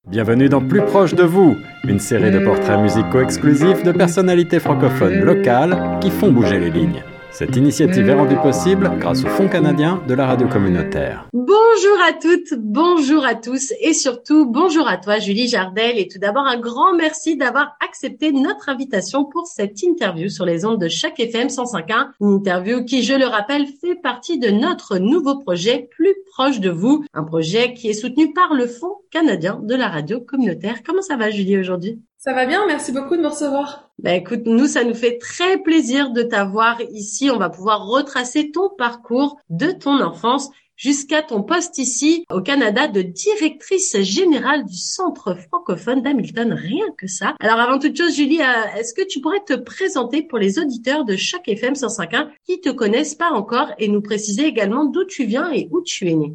Bienvenue dans Plus proche de vous, une série de portraits musicaux exclusifs de personnalités francophones locales qui font bouger les lignes. Cette initiative est rendue possible grâce au Fonds canadien de la radio communautaire. Bonjour à toutes, bonjour à tous et surtout bonjour à toi Julie Jardel et tout d'abord un grand merci d'avoir accepté notre invitation pour cette interview sur les ondes de Choc FM 105.1, une interview qui, je le rappelle, fait partie de notre nouveau projet Plus proche de vous, un projet qui est soutenu par le Fonds canadien de la radio communautaire. Comment ça va Julie aujourd'hui ? Ça va bien, merci beaucoup de me recevoir. Écoute, nous, ça nous fait très plaisir de t'avoir ici. On va pouvoir retracer ton parcours de ton enfance jusqu'à ton poste ici au Canada de directrice générale du Centre francophone d'Hamilton. Rien que ça. Alors, avant toute chose, Julie, est-ce que tu pourrais te présenter pour les auditeurs de Choc FM 105.1 qui te connaissent pas encore et nous préciser également d'où tu viens et où tu es née?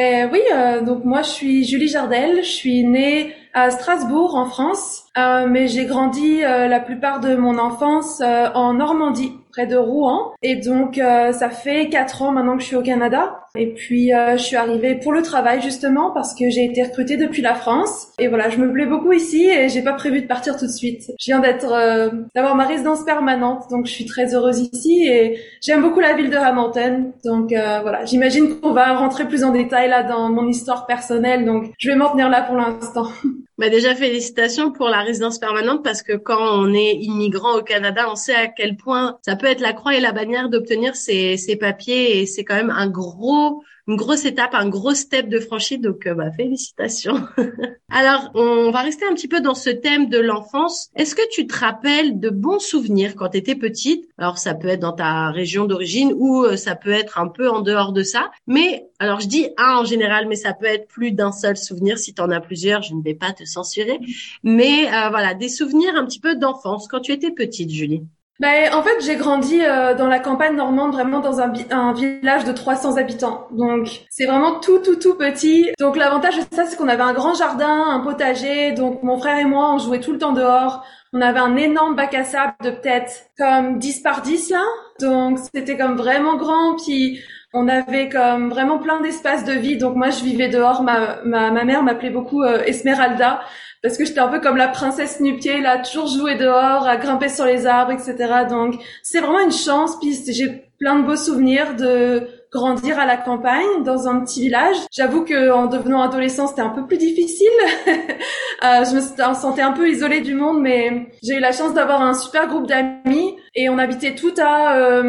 Donc moi je suis Julie Jardel, je suis née à Strasbourg en France, mais j'ai grandi la plupart de mon enfance en Normandie, près de Rouen, et donc ça fait 4 ans maintenant que je suis au Canada. Et puis je suis arrivée pour le travail justement parce que j'ai été recrutée depuis la France. Et voilà, je me plais beaucoup ici et j'ai pas prévu de partir tout de suite. Je viens d'avoir ma résidence permanente, donc je suis très heureuse ici et j'aime beaucoup la ville de Hamilton. Donc voilà, j'imagine qu'on va rentrer plus en détail là dans mon histoire personnelle, donc je vais m'en tenir là pour l'instant. Déjà, félicitations pour la résidence permanente parce que quand on est immigrant au Canada, on sait à quel point ça peut être la croix et la bannière d'obtenir ces papiers et c'est quand même une grosse étape, un gros step de franchi. Donc, félicitations. Alors, on va rester un petit peu dans ce thème de l'enfance. Est-ce que tu te rappelles de bons souvenirs quand tu étais petite? Alors, ça peut être dans ta région d'origine ou ça peut être un peu en dehors de ça. Mais, alors je dis un en général, mais ça peut être plus d'un seul souvenir. Si tu en as plusieurs, je ne vais pas te censurer. Mais voilà, des souvenirs un petit peu d'enfance quand tu étais petite, Julie. En fait, j'ai grandi dans la campagne normande, vraiment dans un village de 300 habitants. Donc, c'est vraiment tout petit. Donc, l'avantage de ça, c'est qu'on avait un grand jardin, un potager. Donc, mon frère et moi, on jouait tout le temps dehors. On avait un énorme bac à sable de peut-être comme 10 par 10 là. Donc, c'était comme vraiment grand. Puis, on avait comme vraiment plein d'espaces de vie. Donc, moi, je vivais dehors. Ma mère m'appelait beaucoup Esmeralda. Parce que j'étais un peu comme la princesse nu-pied, là, toujours jouer dehors, à grimper sur les arbres, etc. Donc, c'est vraiment une chance. Puis j'ai plein de beaux souvenirs de grandir à la campagne, dans un petit village. J'avoue que en devenant adolescent, c'était un peu plus difficile. Je me sentais un peu isolée du monde, mais j'ai eu la chance d'avoir un super groupe d'amis. Et on habitait tout à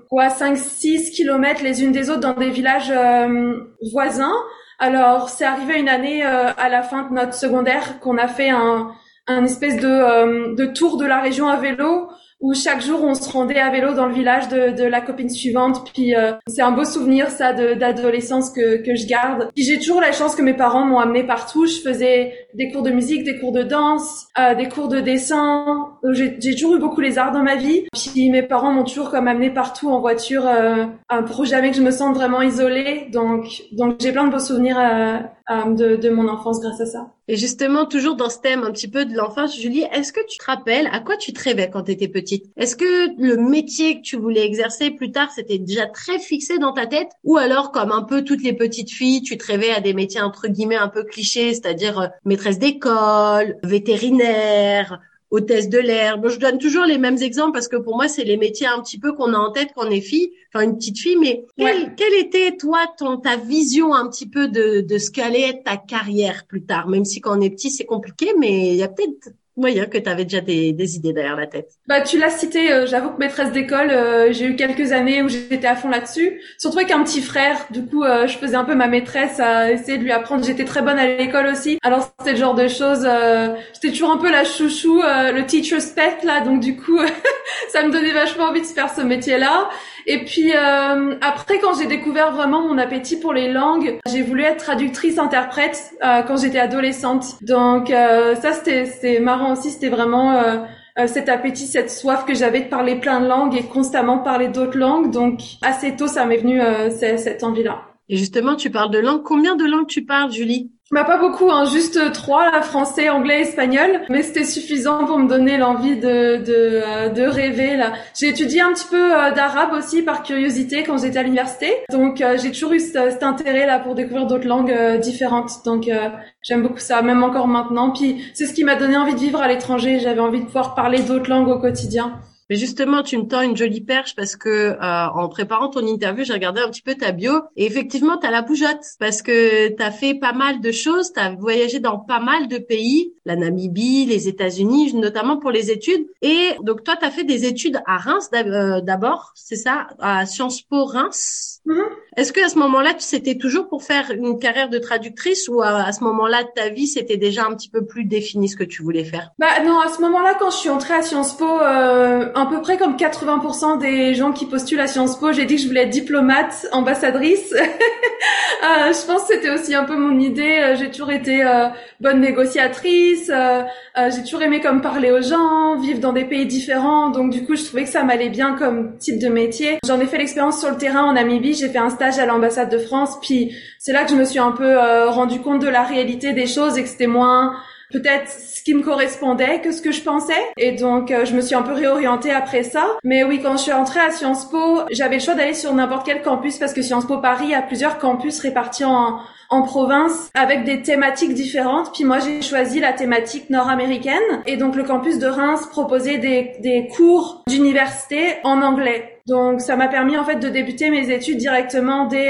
5-6 kilomètres les unes des autres dans des villages voisins. Alors, c'est arrivé une année à la fin de notre secondaire qu'on a fait un espèce de tour de la région à vélo où chaque jour on se rendait à vélo dans le village de la copine suivante. Puis c'est un beau souvenir ça d'adolescence que je garde. Puis j'ai toujours la chance que mes parents m'ont amené partout. Je faisais des cours de musique, des cours de danse, des cours de dessin. J'ai toujours eu beaucoup les arts dans ma vie. Puis mes parents m'ont toujours comme amené partout en voiture pour jamais que je me sente vraiment isolée. Donc j'ai plein de beaux souvenirs de mon enfance grâce à ça. Et justement, toujours dans ce thème un petit peu de l'enfance, Julie, est-ce que tu te rappelles à quoi tu te rêvais quand tu étais petite? Est-ce que le métier que tu voulais exercer plus tard, c'était déjà très fixé dans ta tête? Ou alors, comme un peu toutes les petites filles, tu te rêvais à des métiers entre guillemets un peu clichés, c'est-à-dire maîtresse d'école, vétérinaire, hôtesse de l'air. Bon, je donne toujours les mêmes exemples parce que pour moi, c'est les métiers un petit peu qu'on a en tête quand on est fille, enfin une petite fille. Mais quelle était, toi, ta vision un petit peu de ce qu'allait être ta carrière plus tard? Même si quand on est petit, c'est compliqué, mais il y a peut-être moyen que tu avais déjà des idées derrière la tête. Tu l'as cité, j'avoue que maîtresse d'école, j'ai eu quelques années où j'étais à fond là-dessus. Surtout avec un petit frère, du coup, je faisais un peu ma maîtresse à essayer de lui apprendre. J'étais très bonne à l'école aussi. Alors c'était le genre de choses, j'étais toujours un peu la chouchou, le teacher's pet là, donc du coup, ça me donnait vachement envie de faire ce métier-là. Et puis après, quand j'ai découvert vraiment mon appétit pour les langues, j'ai voulu être traductrice-interprète quand j'étais adolescente. Donc ça, c'était marrant aussi. C'était vraiment cet appétit, cette soif que j'avais de parler plein de langues et constamment parler d'autres langues. Donc assez tôt, ça m'est venu cette envie-là. Et justement, tu parles de langues. Combien de langues tu parles, Julie? Bah pas beaucoup, hein, juste 3, là, français, anglais, espagnol, mais c'était suffisant pour me donner l'envie de rêver là. J'ai étudié un petit peu d'arabe aussi par curiosité quand j'étais à l'université, donc j'ai toujours eu cet intérêt là pour découvrir d'autres langues différentes. Donc j'aime beaucoup ça, même encore maintenant. Puis c'est ce qui m'a donné envie de vivre à l'étranger. J'avais envie de pouvoir parler d'autres langues au quotidien. Mais justement, tu me tends une jolie perche parce que en préparant ton interview, j'ai regardé un petit peu ta bio et effectivement, t'as la bougeotte parce que t'as fait pas mal de choses, t'as voyagé dans pas mal de pays, la Namibie, les États-Unis, notamment pour les études. Et donc toi, t'as fait des études à Reims d'abord, c'est ça, à Sciences Po Reims. Mm-hmm. Est-ce que à ce moment-là, c'était toujours pour faire une carrière de traductrice ou à ce moment-là de ta vie, c'était déjà un petit peu plus défini ce que tu voulais faire? Bah non, à ce moment-là, quand je suis entrée à Sciences Po, à peu près comme 80% des gens qui postulent à Sciences Po, j'ai dit que je voulais être diplomate, ambassadrice. Je pense que c'était aussi un peu mon idée. J'ai toujours été bonne négociatrice. J'ai toujours aimé comme parler aux gens, vivre dans des pays différents. Donc du coup, je trouvais que ça m'allait bien comme type de métier. J'en ai fait l'expérience sur le terrain en Namibie. J'ai fait un stage à l'ambassade de France. Puis c'est là que je me suis un peu rendu compte de la réalité des choses et que c'était moins peut-être ce qui me correspondait que ce que je pensais. Et donc, je me suis un peu réorientée après ça. Mais oui, quand je suis entrée à Sciences Po, j'avais le choix d'aller sur n'importe quel campus parce que Sciences Po Paris a plusieurs campus répartis en province avec des thématiques différentes. Puis moi, j'ai choisi la thématique nord-américaine. Et donc, le campus de Reims proposait des cours d'université en anglais. Donc, ça m'a permis en fait de débuter mes études directement dès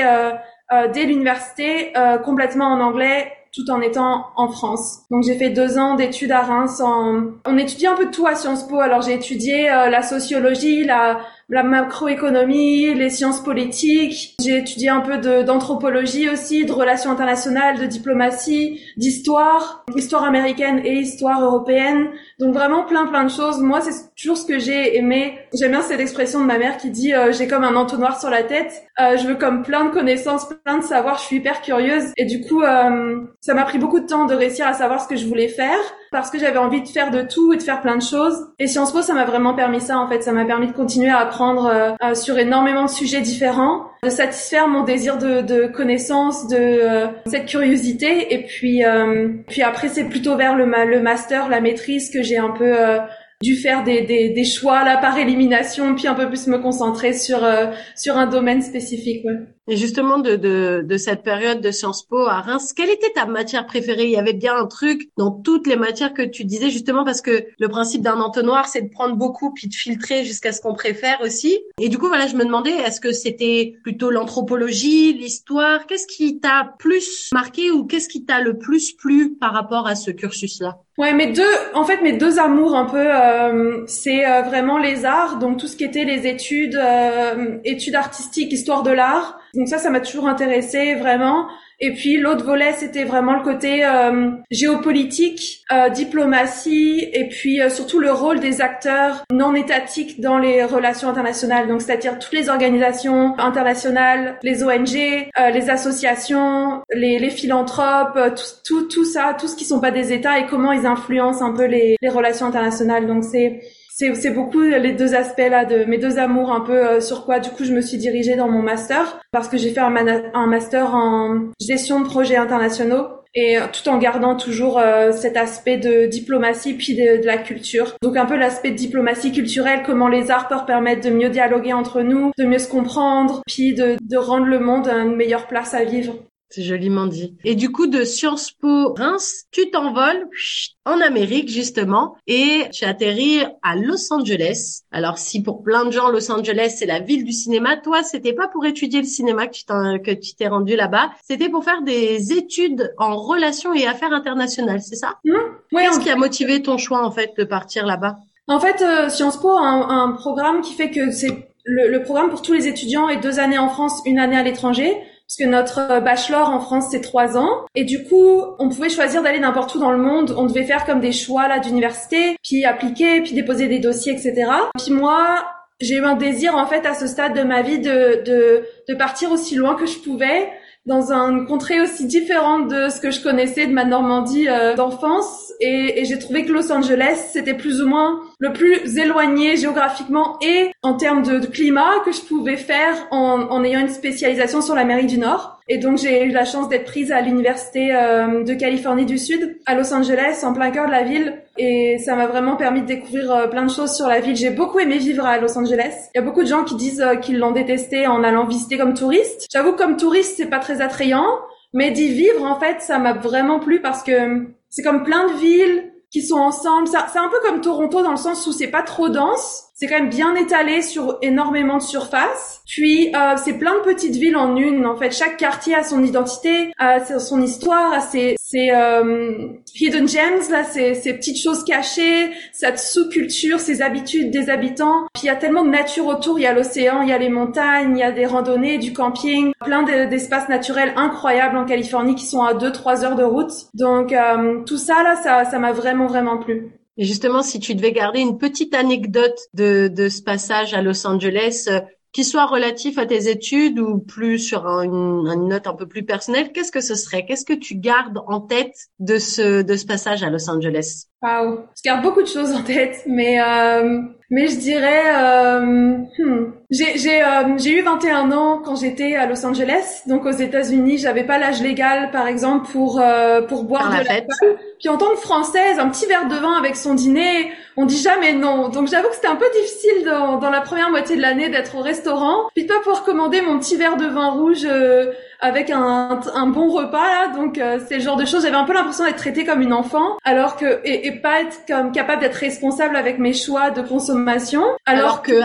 l'université, complètement en anglais, tout en étant en France. Donc j'ai fait 2 ans d'études à Reims. On étudie un peu de tout à Sciences Po. Alors j'ai étudié la sociologie, la macroéconomie, les sciences politiques. J'ai étudié un peu d'anthropologie aussi, de relations internationales, de diplomatie, d'histoire, histoire américaine et histoire européenne. Donc vraiment plein de choses. Moi, c'est toujours ce que j'ai aimé. J'aime bien cette expression de ma mère qui dit j'ai comme un entonnoir sur la tête. Je veux comme plein de connaissances, plein de savoirs. Je suis hyper curieuse. Et du coup, ça m'a pris beaucoup de temps de réussir à savoir ce que je voulais faire parce que j'avais envie de faire de tout et de faire plein de choses. Et Sciences Po, ça m'a vraiment permis ça, en fait. Ça m'a permis de continuer à apprendre sur énormément de sujets différents, de satisfaire mon désir de connaissance, de cette curiosité. Et puis après, c'est plutôt vers le master, la maîtrise que j'ai un peu dû faire des choix là par élimination, puis un peu plus me concentrer sur un domaine spécifique. Ouais. Et justement de cette période de Sciences Po à Reims, quelle était ta matière préférée? Il y avait bien un truc dans toutes les matières que tu disais, justement parce que le principe d'un entonnoir, c'est de prendre beaucoup puis de filtrer jusqu'à ce qu'on préfère aussi. Et du coup, voilà, je me demandais, est-ce que c'était plutôt l'anthropologie, l'histoire? Qu'est-ce qui t'a plus marqué ou qu'est-ce qui t'a le plus plu par rapport à ce cursus-là? Ouais, mes deux amours un peu, c'est vraiment les arts, donc tout ce qui était les études artistiques, histoire de l'art. Donc ça m'a toujours intéressée vraiment. Et puis l'autre volet, c'était vraiment le côté géopolitique, diplomatie, et puis surtout le rôle des acteurs non étatiques dans les relations internationales. Donc c'est-à-dire toutes les organisations internationales, les ONG, les associations, les philanthropes, tout ça, tout ce qui sont pas des États et comment ils influencent un peu les relations internationales. Donc c'est beaucoup les deux aspects là de mes deux amours un peu sur quoi du coup je me suis dirigée dans mon master parce que j'ai fait un master en gestion de projets internationaux et tout en gardant toujours cet aspect de diplomatie puis de la culture. Donc un peu l'aspect de diplomatie culturelle, comment les arts peuvent permettre de mieux dialoguer entre nous, de mieux se comprendre, puis de rendre le monde une meilleure place à vivre. C'est joliment dit. Et du coup, de Sciences Po Reims, tu t'envoles en Amérique, justement, et tu atterris à Los Angeles. Alors, si pour plein de gens, Los Angeles, c'est la ville du cinéma, toi, c'était pas pour étudier le cinéma que tu t'es rendu là-bas. C'était pour faire des études en relations et affaires internationales, c'est ça? Oui. Qu'est-ce qui a motivé ton choix, en fait, de partir là-bas? En fait, Sciences Po a un programme qui fait que c'est le programme pour tous les étudiants est 2 années en France, 1 année à l'étranger. Parce que notre bachelor en France, c'est 3 ans. Et du coup, on pouvait choisir d'aller n'importe où dans le monde. On devait faire comme des choix là d'université, puis appliquer, puis déposer des dossiers, etc. Puis moi, j'ai eu un désir en fait à ce stade de ma vie de partir aussi loin que je pouvais, dans une contrée aussi différente de ce que je connaissais de ma Normandie d'enfance. Et j'ai trouvé que Los Angeles, c'était plus ou moins le plus éloigné géographiquement et en termes de climat que je pouvais faire en ayant une spécialisation sur l'Amérique du Nord. Et donc j'ai eu la chance d'être prise à l'université de Californie du Sud, à Los Angeles, en plein cœur de la ville. Et ça m'a vraiment permis de découvrir plein de choses sur la ville. J'ai beaucoup aimé vivre à Los Angeles. Il y a beaucoup de gens qui disent qu'ils l'ont détesté en allant visiter comme touriste. J'avoue que comme touriste, c'est pas très attrayant, mais d'y vivre, en fait, ça m'a vraiment plu parce que c'est comme plein de villes qui sont ensemble. C'est un peu comme Toronto dans le sens où c'est pas trop dense. C'est quand même bien étalé sur énormément de surface. Puis c'est plein de petites villes en une. En fait, chaque quartier a son identité, a son histoire, a ses hidden gems là, ces petites choses cachées, cette sous-culture, ses habitudes des habitants. Puis il y a tellement de nature autour. Il y a l'océan, il y a les montagnes, il y a des randonnées, du camping, plein d'espaces naturels incroyables en Californie qui sont à 2-3 heures de route. Donc tout ça là, ça m'a vraiment plu. Et justement, si tu devais garder une petite anecdote de ce passage à Los Angeles, qui soit relatif à tes études ou plus sur une note un peu plus personnelle, qu'est-ce que ce serait? Qu'est-ce que tu gardes en tête de ce passage à Los Angeles? Wow, je garde beaucoup de choses en tête, mais je dirais j'ai eu 21 ans quand j'étais à Los Angeles, donc aux États-Unis, j'avais pas l'âge légal par exemple pour boire de l'alcool. Puis en tant que Française, un petit verre de vin avec son dîner, on dit jamais non. Donc j'avoue que c'était un peu difficile dans la première moitié de l'année d'être au restaurant, puis de pas pouvoir commander mon petit verre de vin rouge avec un bon repas là. Donc c'est le genre de choses, j'avais un peu l'impression d'être traitée comme une enfant, alors que et pas être comme capable d'être responsable avec mes choix de consommation. Alors que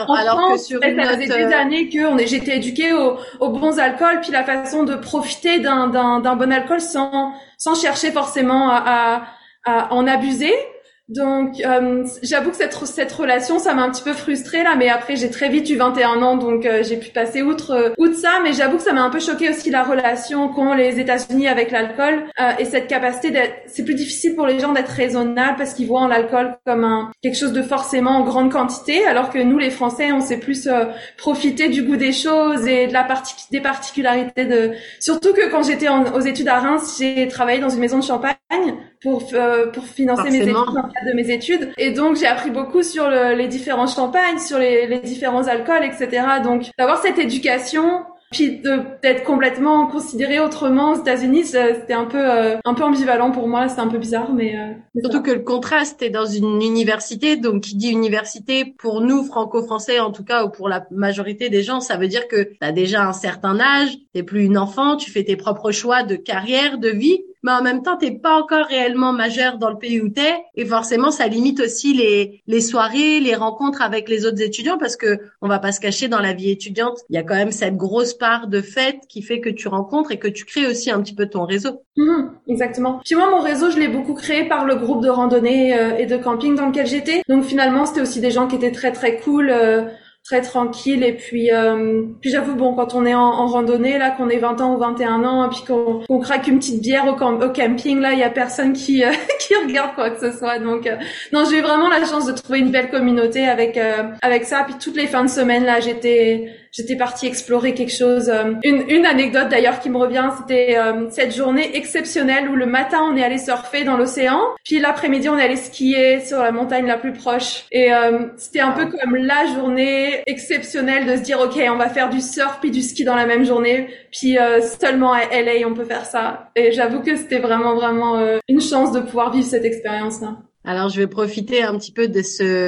sur une note, ça faisait des années que j'étais éduquée aux bons alcools, puis la façon de profiter d'un bon alcool sans chercher forcément à en abuser. Donc j'avoue que cette relation, ça m'a un petit peu frustrée là, mais après j'ai très vite eu 21 ans, donc j'ai pu passer outre ça, mais j'avoue que ça m'a un peu choqué aussi la relation qu'ont les États-Unis avec l'alcool et cette capacité c'est plus difficile pour les gens d'être raisonnables parce qu'ils voient l'alcool comme quelque chose de forcément en grande quantité, alors que nous les Français, on sait plus profiter du goût des choses et de des particularités surtout que quand j'étais aux études à Reims, j'ai travaillé dans une maison de champagne pour financer mes études, dans le cadre de mes études. Et donc, j'ai appris beaucoup sur les différents champagnes, sur les différents alcools, etc. Donc, d'avoir cette éducation, puis d'être complètement considéré autrement aux États-Unis, c'était un peu ambivalent pour moi, c'était un peu bizarre, mais surtout que le contraste est dans une université, donc qui dit université pour nous franco-français en tout cas ou pour la majorité des gens, ça veut dire que t'as déjà un certain âge, t'es plus une enfant, tu fais tes propres choix de carrière, de vie, mais en même temps t'es pas encore réellement majeur dans le pays où t'es, et forcément ça limite aussi les soirées, les rencontres avec les autres étudiants, parce que on va pas se cacher, dans la vie étudiante il y a quand même cette grosse part de fête qui fait que tu rencontres et que tu crées aussi un petit peu ton réseau. Exactement. Puis moi mon réseau je l'ai beaucoup créé par le groupe de randonnée et de camping dans lequel j'étais, donc finalement c'était aussi des gens qui étaient très très cool, très tranquille, et puis j'avoue, bon, quand on est en randonnée là, qu'on est 20 ans ou 21 ans, et puis qu'on craque une petite bière au camping là, il y a personne qui regarde quoi que ce soit. Donc non, j'ai eu vraiment la chance de trouver une belle communauté avec ça. Puis toutes les fins de semaine là, j'étais partie explorer quelque chose. Une anecdote d'ailleurs qui me revient, c'était cette journée exceptionnelle où le matin on est allé surfer dans l'océan, puis l'après-midi on est allé skier sur la montagne la plus proche. Et c'était un peu comme la journée exceptionnelle de se dire ok, on va faire du surf puis du ski dans la même journée, puis seulement à LA on peut faire ça. Et j'avoue que c'était vraiment une chance de pouvoir vivre cette expérience-là. Alors, je vais profiter un petit peu de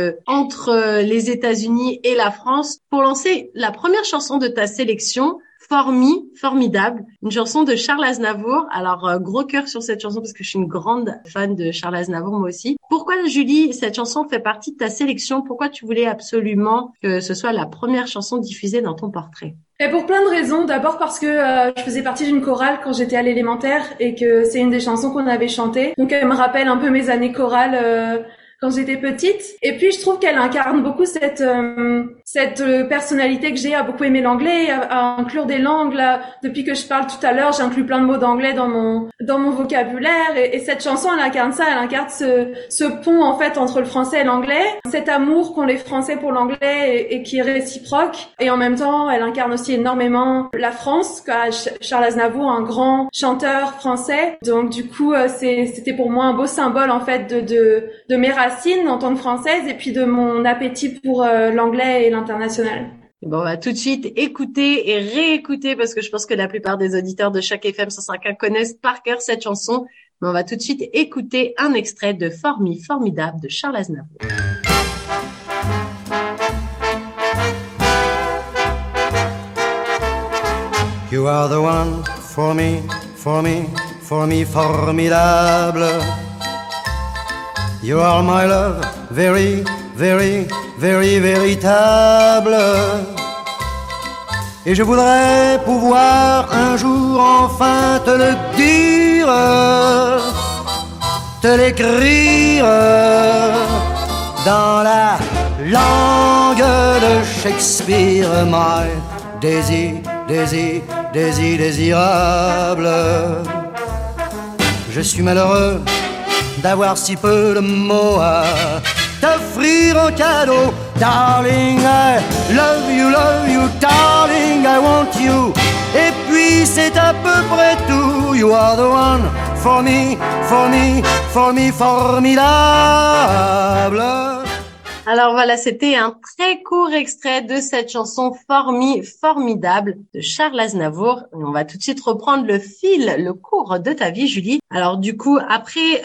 entre les États-Unis et la France pour lancer la première chanson de ta sélection, Formidable, une chanson de Charles Aznavour. Alors, gros cœur sur cette chanson parce que je suis une grande fan de Charles Aznavour, moi aussi. Pourquoi, Julie, cette chanson fait partie de ta sélection? Pourquoi tu voulais absolument que ce soit la première chanson diffusée dans ton portrait? Et pour plein de raisons. D'abord parce que je faisais partie d'une chorale quand j'étais à l'élémentaire et que c'est une des chansons qu'on avait chantées. Donc elle me rappelle un peu mes années chorales quand j'étais petite. Et puis je trouve qu'elle incarne beaucoup cette personnalité que j'ai à beaucoup aimer l'anglais, à inclure des langues. Là, depuis que je parle tout à l'heure, j'inclus plein de mots d'anglais dans mon vocabulaire. Et cette chanson, elle incarne ça. Elle incarne ce pont en fait entre le français et l'anglais, cet amour qu'ont les Français pour l'anglais et qui est réciproque. Et en même temps, elle incarne aussi énormément la France. Charles Aznavour, un grand chanteur français. Donc du coup, c'était pour moi un beau symbole en fait de mes racines en tant que Française et puis de mon appétit pour l'anglais et l'international. Bon, on va tout de suite écouter et réécouter parce que je pense que la plupart des auditeurs de Choc FM 105.1 connaissent par cœur cette chanson. Mais on va tout de suite écouter un extrait de Formidable de Charles Aznavour. You are the one for me, formidable. You are my love, very, very, very véritable. Et je voudrais pouvoir un jour enfin te le dire, te l'écrire dans la langue de Shakespeare. My Daisy, Daisy, Daisy, désirable. Je suis malheureux d'avoir si peu de mots à t'offrir en cadeau. Darling, I love you, darling, I want you. Et puis c'est à peu près tout. You are the one for me, formidable. Alors voilà, c'était un très court extrait de cette chanson Formidable de Charles Aznavour. Et on va tout de suite reprendre le cours de ta vie, Julie. Alors du coup, après,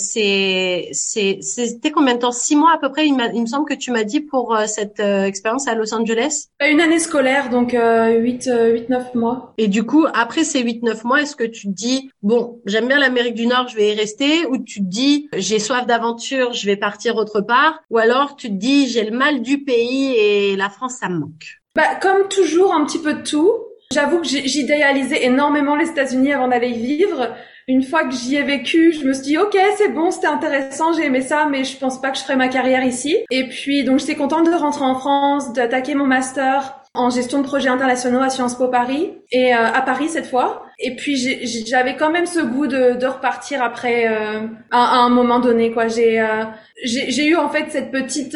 c'était combien de temps? 6 mois à peu près, il me semble que tu m'as dit pour cette expérience à Los Angeles. Une année scolaire, donc 8-9 mois. Et du coup, après ces 8-9 mois, est-ce que tu te dis, bon, j'aime bien l'Amérique du Nord, je vais y rester, ou tu te dis, j'ai soif d'aventure, je vais partir autre part, ou alors tu te dis, j'ai le mal du pays et la France, ça me manque? Comme toujours, un petit peu de tout. J'avoue que j'idéalisais énormément les États-Unis avant d'aller y vivre. Une fois que j'y ai vécu, je me suis dit, ok, c'est bon, c'était intéressant, j'ai aimé ça, mais je pense pas que je ferais ma carrière ici. Et puis, donc, j'étais contente de rentrer en France, d'attaquer mon master en gestion de projets internationaux à Sciences Po Paris, et à Paris cette fois. Et puis j'avais quand même ce goût de repartir après à un moment donné, quoi. J'ai eu en fait cette petite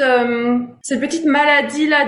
maladie là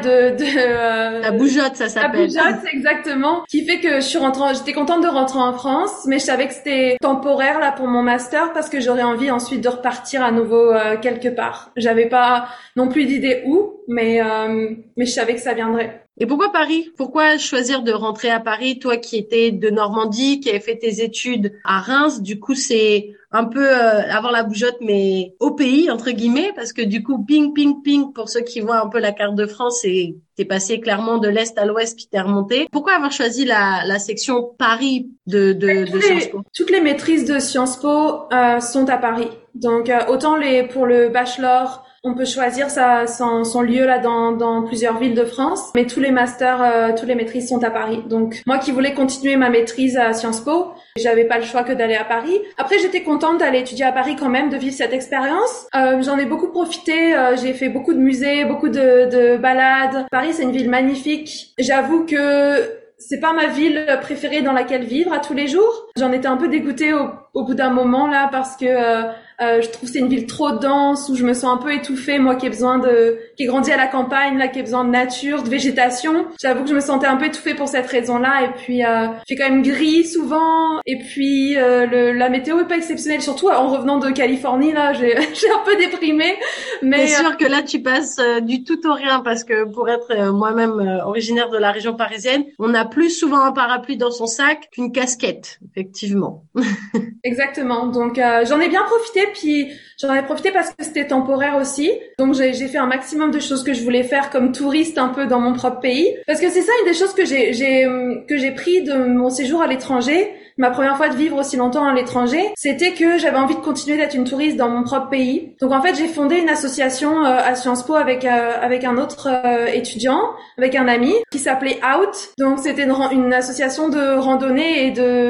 de la bougeotte, ça s'appelle. La bougeotte, exactement, qui fait que j'étais contente de rentrer en France, mais je savais que c'était temporaire là pour mon master parce que j'aurais envie ensuite de repartir à nouveau quelque part. J'avais pas non plus d'idée où, mais je savais que ça viendrait. Et pourquoi Paris? Pourquoi choisir de rentrer à Paris, toi qui étais de Normandie, qui avait fait tes études à Reims? Du coup, c'est un peu avoir la bougeotte, mais au pays, entre guillemets, parce que du coup, ping, ping, ping, pour ceux qui voient un peu la carte de France, et t'es passé clairement de l'Est à l'Ouest, puis t'es remonté. Pourquoi avoir choisi la section Paris de Sciences Po? Toutes les maîtrises de Sciences Po sont à Paris. Donc, autant pour le bachelor, on peut choisir son lieu là dans plusieurs villes de France, mais tous les masters, toutes les maîtrises sont à Paris. Donc moi qui voulais continuer ma maîtrise à Sciences Po, j'avais pas le choix que d'aller à Paris. Après j'étais contente d'aller étudier à Paris quand même, de vivre cette expérience. J'en ai beaucoup profité, j'ai fait beaucoup de musées, beaucoup de balades. Paris c'est une ville magnifique. J'avoue que c'est pas ma ville préférée dans laquelle vivre à tous les jours. J'en étais un peu dégoûtée au bout d'un moment là parce que je trouve que c'est une ville trop dense où je me sens un peu étouffée, moi qui ai grandi à la campagne là, qui ai besoin de nature, de végétation. J'avoue que je me sentais un peu étouffée pour cette raison-là. Et puis il fait quand même gris souvent. Et puis la météo est pas exceptionnelle, surtout en revenant de Californie là, j'ai un peu déprimée. Mais c'est sûr que là tu passes du tout au rien parce que pour être moi-même originaire de la région parisienne, on a plus souvent un parapluie dans son sac qu'une casquette, effectivement. Exactement. Donc j'en ai bien profité. Puis j'en ai profité parce que c'était temporaire aussi. Donc j'ai fait un maximum de choses que je voulais faire comme touriste un peu dans mon propre pays. Parce que c'est ça une des choses que j'ai pris de mon séjour à l'étranger. Ma première fois de vivre aussi longtemps à l'étranger, c'était que j'avais envie de continuer d'être une touriste dans mon propre pays. Donc en fait, j'ai fondé une association à Sciences Po avec un autre étudiant, avec un ami, qui s'appelait Out. Donc c'était une association de randonnée et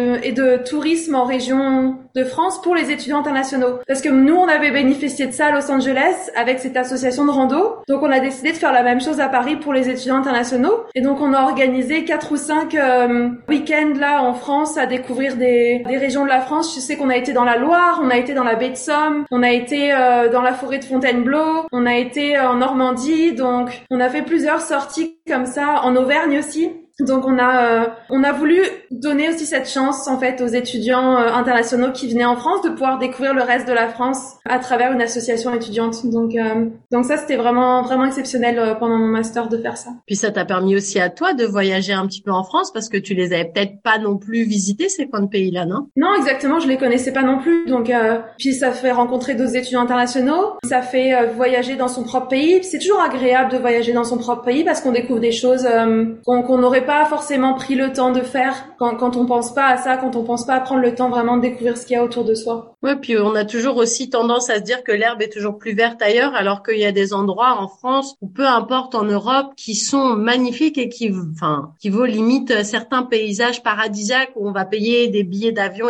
de tourisme en région de France pour les étudiants internationaux. Parce que nous, on avait bénéficié de ça à Los Angeles avec cette association de rando. Donc on a décidé de faire la même chose à Paris pour les étudiants internationaux. Et donc on a organisé 4 ou 5 week-ends là en France à découvrir des régions de la France. Je sais qu'on a été dans la Loire, on a été dans la baie de Somme, on a été dans la forêt de Fontainebleau, on a été en Normandie. Donc on a fait plusieurs sorties comme ça, en Auvergne aussi. Donc on a voulu donner aussi cette chance en fait aux étudiants internationaux qui venaient en France de pouvoir découvrir le reste de la France à travers une association étudiante. Donc ça c'était vraiment exceptionnel pendant mon master de faire ça. Puis ça t'a permis aussi à toi de voyager un petit peu en France parce que tu les avais peut-être pas non plus visités ces coins de pays-là, non? Non, exactement, je les connaissais pas non plus. Donc puis ça fait rencontrer d'autres étudiants internationaux, ça fait voyager dans son propre pays. Puis c'est toujours agréable de voyager dans son propre pays parce qu'on découvre des choses qu'on n'aurait pas forcément pris le temps de faire quand on pense pas à ça, quand on pense pas à prendre le temps vraiment de découvrir ce qu'il y a autour de soi. Ouais, puis on a toujours aussi tendance à se dire que l'herbe est toujours plus verte ailleurs, alors qu'il y a des endroits en France ou peu importe en Europe qui sont magnifiques et qui vaut limite certains paysages paradisiaques où on va payer des billets d'avion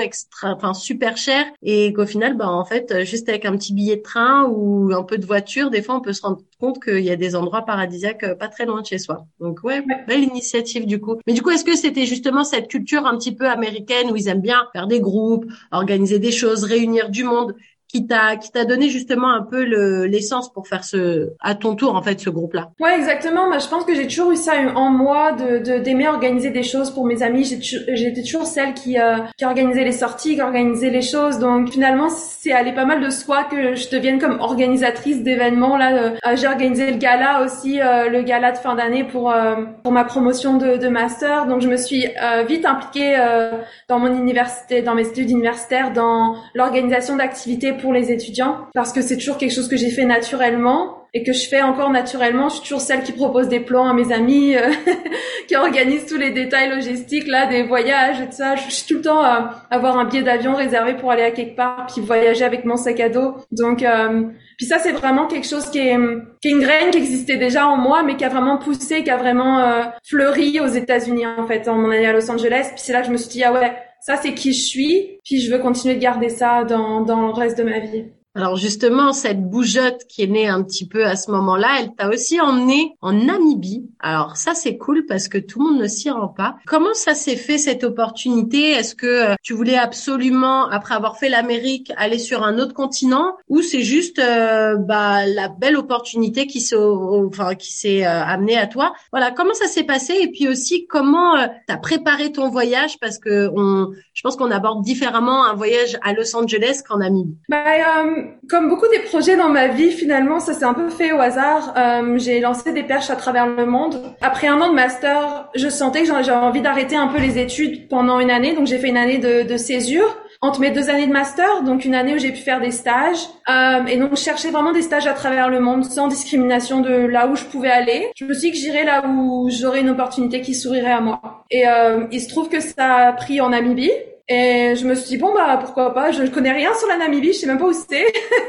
super chers et qu'au final, en fait, juste avec un petit billet de train ou un peu de voiture, des fois on peut se rendre compte qu'il y a des endroits paradisiaques pas très loin de chez soi. Donc ouais, belle initiative du coup. Mais du coup, est-ce que c'était justement cette culture un petit peu américaine où ils aiment bien faire des groupes, organiser des choses, réunir du monde qui t'a donné justement un peu l'essence pour faire à ton tour en fait ce groupe-là? Ouais, exactement. Je pense que j'ai toujours eu ça en moi d'aimer organiser des choses pour mes amis. J'étais toujours celle qui organisait les sorties, qui organisait les choses. Donc finalement, c'est allé pas mal de soi que je devienne comme organisatrice d'événements là. J'ai organisé le gala aussi, le gala de fin d'année pour ma promotion de master. Donc je me suis vite impliquée dans mon université, dans mes études universitaires, dans l'organisation d'activités pour les étudiants parce que c'est toujours quelque chose que j'ai fait naturellement et que je fais encore naturellement. Je suis toujours celle qui propose des plans à mes amis, qui organise tous les détails logistiques là, des voyages et tout ça. Je suis tout le temps avoir un billet d'avion réservé pour aller à quelque part puis voyager avec mon sac à dos. Donc puis ça c'est vraiment quelque chose qui est une graine qui existait déjà en moi mais qui a vraiment poussé, qui a vraiment fleuri aux États-Unis en fait. On est allé à Los Angeles puis c'est là que je me suis dit ah ouais, ça c'est qui je suis, puis je veux continuer de garder ça dans le reste de ma vie. Alors justement, cette bougeotte qui est née un petit peu à ce moment-là, elle t'a aussi emmené en Namibie. Alors ça, c'est cool parce que tout le monde ne s'y rend pas. Comment ça s'est fait cette opportunité? Est-ce que tu voulais absolument, après avoir fait l'Amérique, aller sur un autre continent ou c'est juste la belle opportunité qui s'est amenée à toi? Voilà, comment ça s'est passé et puis aussi comment t'as préparé ton voyage parce que je pense qu'on aborde différemment un voyage à Los Angeles qu'en Namibie. Comme beaucoup des projets dans ma vie, finalement, ça s'est un peu fait au hasard. J'ai lancé des perches à travers le monde. Après 1 an de master, je sentais que j'avais envie d'arrêter un peu les études pendant une année. Donc, j'ai fait une année de césure entre mes 2 années de master. Donc, une année où j'ai pu faire des stages. Et donc, je cherchais vraiment des stages à travers le monde sans discrimination de là où je pouvais aller. Je me suis dit que j'irais là où j'aurais une opportunité qui sourirait à moi. Et il se trouve que ça a pris en Namibie. Et je me suis dit pourquoi pas, je connais rien sur la Namibie, je sais même pas où c'est.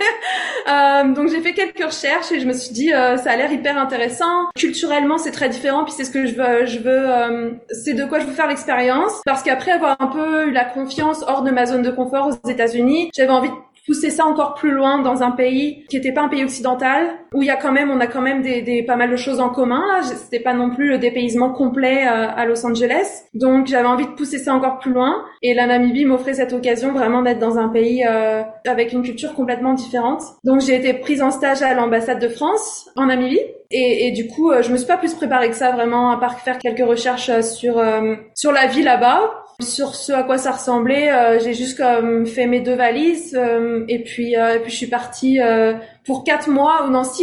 Donc j'ai fait quelques recherches et je me suis dit ça a l'air hyper intéressant. Culturellement, c'est très différent puis c'est ce que je veux c'est de quoi je veux faire l'expérience parce qu'après avoir un peu eu la confiance hors de ma zone de confort aux États-Unis, j'avais envie de pousser ça encore plus loin dans un pays qui était pas un pays occidental où on a quand même des pas mal de choses en commun là. C'était pas non plus le dépaysement complet à Los Angeles. Donc j'avais envie de pousser ça encore plus loin et la Namibie m'offrait cette occasion vraiment d'être dans un pays avec une culture complètement différente. Donc j'ai été prise en stage à l'ambassade de France en Namibie et du coup je me suis pas plus préparée que ça vraiment à part faire quelques recherches sur la vie là-bas. Sur ce à quoi ça ressemblait, j'ai juste fait mes 2 valises et puis je suis partie pour 6 mois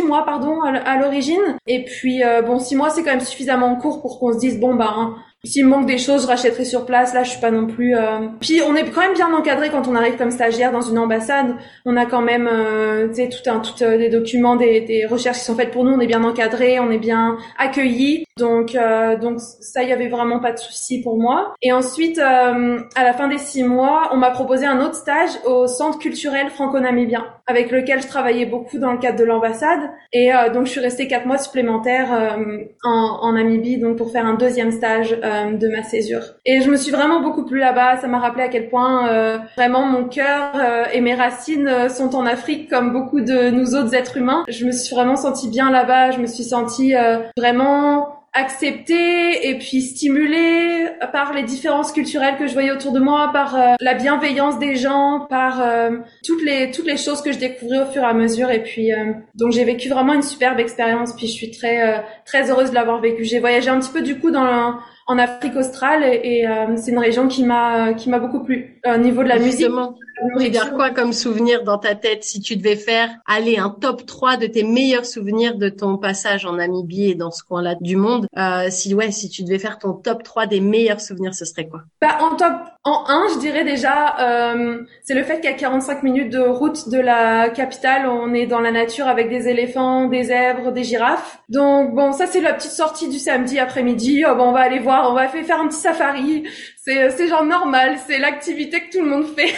à l'origine. Et puis 6 mois c'est quand même suffisamment court pour qu'on se dise s'il me manque des choses, je rachèterai sur place. Là, je suis pas non plus. Puis on est quand même bien encadré quand on arrive comme stagiaire dans une ambassade. On a quand même, des documents, des recherches qui sont faites pour nous. On est bien encadré, on est bien accueillis. Donc ça, il y avait vraiment pas de souci pour moi. Et ensuite, à la fin des 6 mois, on m'a proposé un autre stage au Centre culturel franco-namibien, avec lequel je travaillais beaucoup dans le cadre de l'ambassade. Et donc je suis restée 4 mois supplémentaires en Namibie, donc pour faire un 2e stage de ma césure. Et je me suis vraiment beaucoup plu là-bas. Ça m'a rappelé à quel point vraiment mon cœur et mes racines sont en Afrique, comme beaucoup de nous autres êtres humains. Je me suis vraiment sentie bien là-bas. Je me suis sentie vraiment acceptée et puis stimulée par les différences culturelles que je voyais autour de moi, par la bienveillance des gens, par toutes les choses que je découvrais au fur et à mesure. Et puis donc j'ai vécu vraiment une superbe expérience. Puis je suis très heureuse de l'avoir vécu. J'ai voyagé un petit peu du coup dans en Afrique australe et c'est une région qui m'a beaucoup plu au niveau de la musique. Tu veux dire quoi comme souvenir dans ta tête si tu devais faire un top 3 de tes meilleurs souvenirs de ton passage en Namibie et dans ce coin-là du monde? Si tu devais faire ton top 3 des meilleurs souvenirs, ce serait quoi? En 1, je dirais déjà, c'est le fait qu'à 45 minutes de route de la capitale, on est dans la nature avec des éléphants, des zèbres, des girafes. Donc bon, ça c'est la petite sortie du samedi après-midi. Oh, bon, on va aller voir, on va faire un petit safari. C'est genre normal, c'est l'activité que tout le monde fait.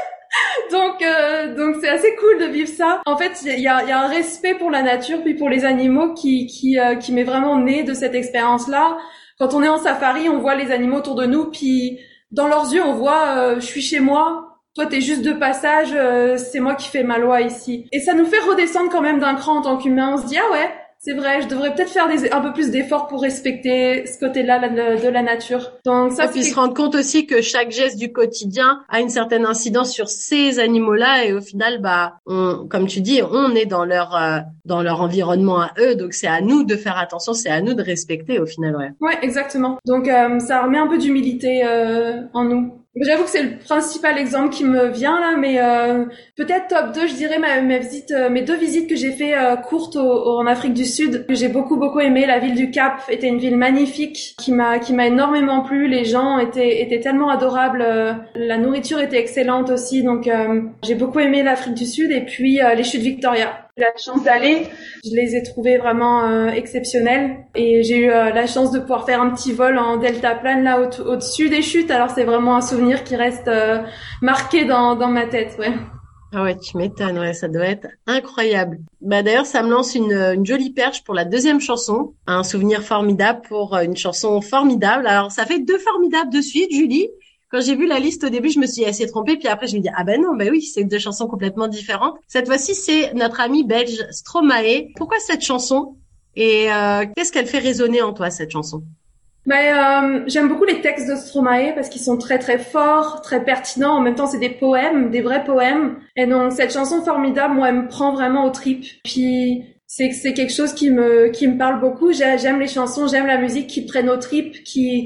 Donc c'est assez cool de vivre ça. En fait, il y a un respect pour la nature puis pour les animaux qui m'est vraiment né de cette expérience-là. Quand on est en safari, on voit les animaux autour de nous puis dans leurs yeux, on voit je suis chez moi. Toi, t'es juste de passage, c'est moi qui fais ma loi ici. Et ça nous fait redescendre quand même d'un cran en tant qu'humain. On se dit ah ouais, c'est vrai, je devrais peut-être faire un peu plus d'efforts pour respecter ce côté-là de la nature. Donc ça, puis se rendre compte aussi que chaque geste du quotidien a une certaine incidence sur ces animaux-là et au final, comme tu dis, on est dans leur environnement à eux, donc c'est à nous de faire attention, c'est à nous de respecter au final, ouais. Ouais, exactement. Donc ça remet un peu d'humilité en nous. J'avoue que c'est le principal exemple qui me vient là, mais peut-être top 2, je dirais mes 2 visites que j'ai fait courtes en Afrique du Sud, que j'ai beaucoup aimé. La ville du Cap était une ville magnifique qui m'a énormément plu. Les gens étaient tellement adorables, la nourriture était excellente aussi, donc j'ai beaucoup aimé l'Afrique du Sud et puis les chutes Victoria. J'ai eu la chance d'aller, je les ai trouvées vraiment exceptionnelles et j'ai eu la chance de pouvoir faire un petit vol en deltaplane là au-dessus des chutes. Alors c'est vraiment un souvenir qui reste marqué dans ma tête, ouais. Ah ouais, tu m'étonnes, ouais, ça doit être incroyable. D'ailleurs, ça me lance une jolie perche pour la deuxième chanson, un souvenir formidable pour une chanson formidable. Alors ça fait 2 formidables de suite, Julie. Quand j'ai vu la liste au début, je me suis dit, elle s'est trompée. Puis après, je me dis, ah ben non, oui, c'est 2 chansons complètement différentes. Cette fois-ci, c'est notre ami belge Stromae. Pourquoi cette chanson? Et qu'est-ce qu'elle fait résonner en toi, cette chanson? J'aime beaucoup les textes de Stromae parce qu'ils sont très très forts, très pertinents. En même temps, c'est des poèmes, des vrais poèmes. Et donc, cette chanson formidable, moi, elle me prend vraiment aux tripes. Puis, c'est quelque chose qui me parle beaucoup. J'aime les chansons, j'aime la musique qui prennent aux tripes,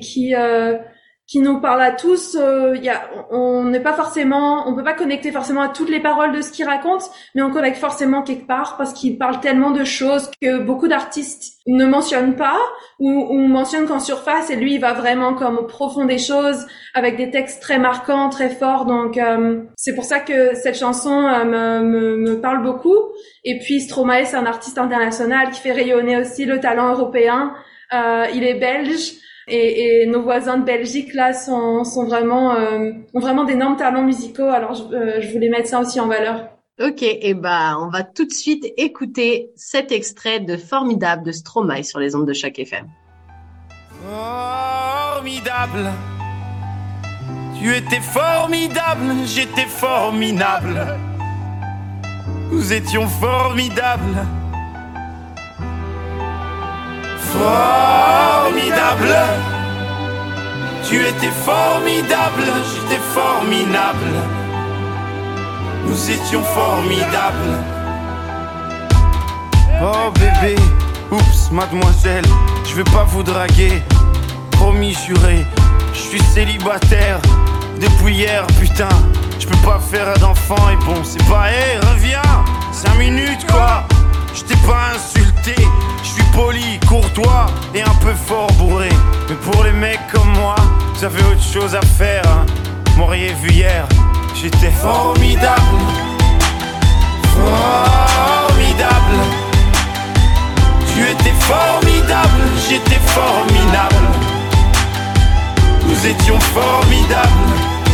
qui nous parle à tous. On peut pas connecter forcément à toutes les paroles de ce qu'il raconte, mais on connecte forcément quelque part parce qu'il parle tellement de choses que beaucoup d'artistes ne mentionnent pas ou mentionnent qu'en surface, et lui, il va vraiment comme au profond des choses avec des textes très marquants, très forts. Donc, c'est pour ça que cette chanson me parle beaucoup. Et puis, Stromae, c'est un artiste international qui fait rayonner aussi le talent européen. Il est belge. Et nos voisins de Belgique là sont vraiment ont vraiment d'énormes talents musicaux. Alors je voulais mettre ça aussi en valeur. Ok, on va tout de suite écouter cet extrait de Formidable de Stromae sur les ondes de Choc FM. Formidable, tu étais formidable, j'étais formidable, nous étions formidables. Formidable, tu étais formidable, j'étais formidable, nous étions formidables. Oh bébé, oups mademoiselle, je vais pas vous draguer, promis juré, je suis célibataire depuis hier putain, je peux pas faire d'enfant et bon c'est pas, reviens, 5 minutes quoi, je t'ai pas insulté. Je suis poli, courtois et un peu fort bourré. Mais pour les mecs comme moi, vous avez autre chose à faire, hein. M'auriez vu hier, j'étais formidable. Formidable. Tu étais formidable, j'étais formidable. Nous étions formidables.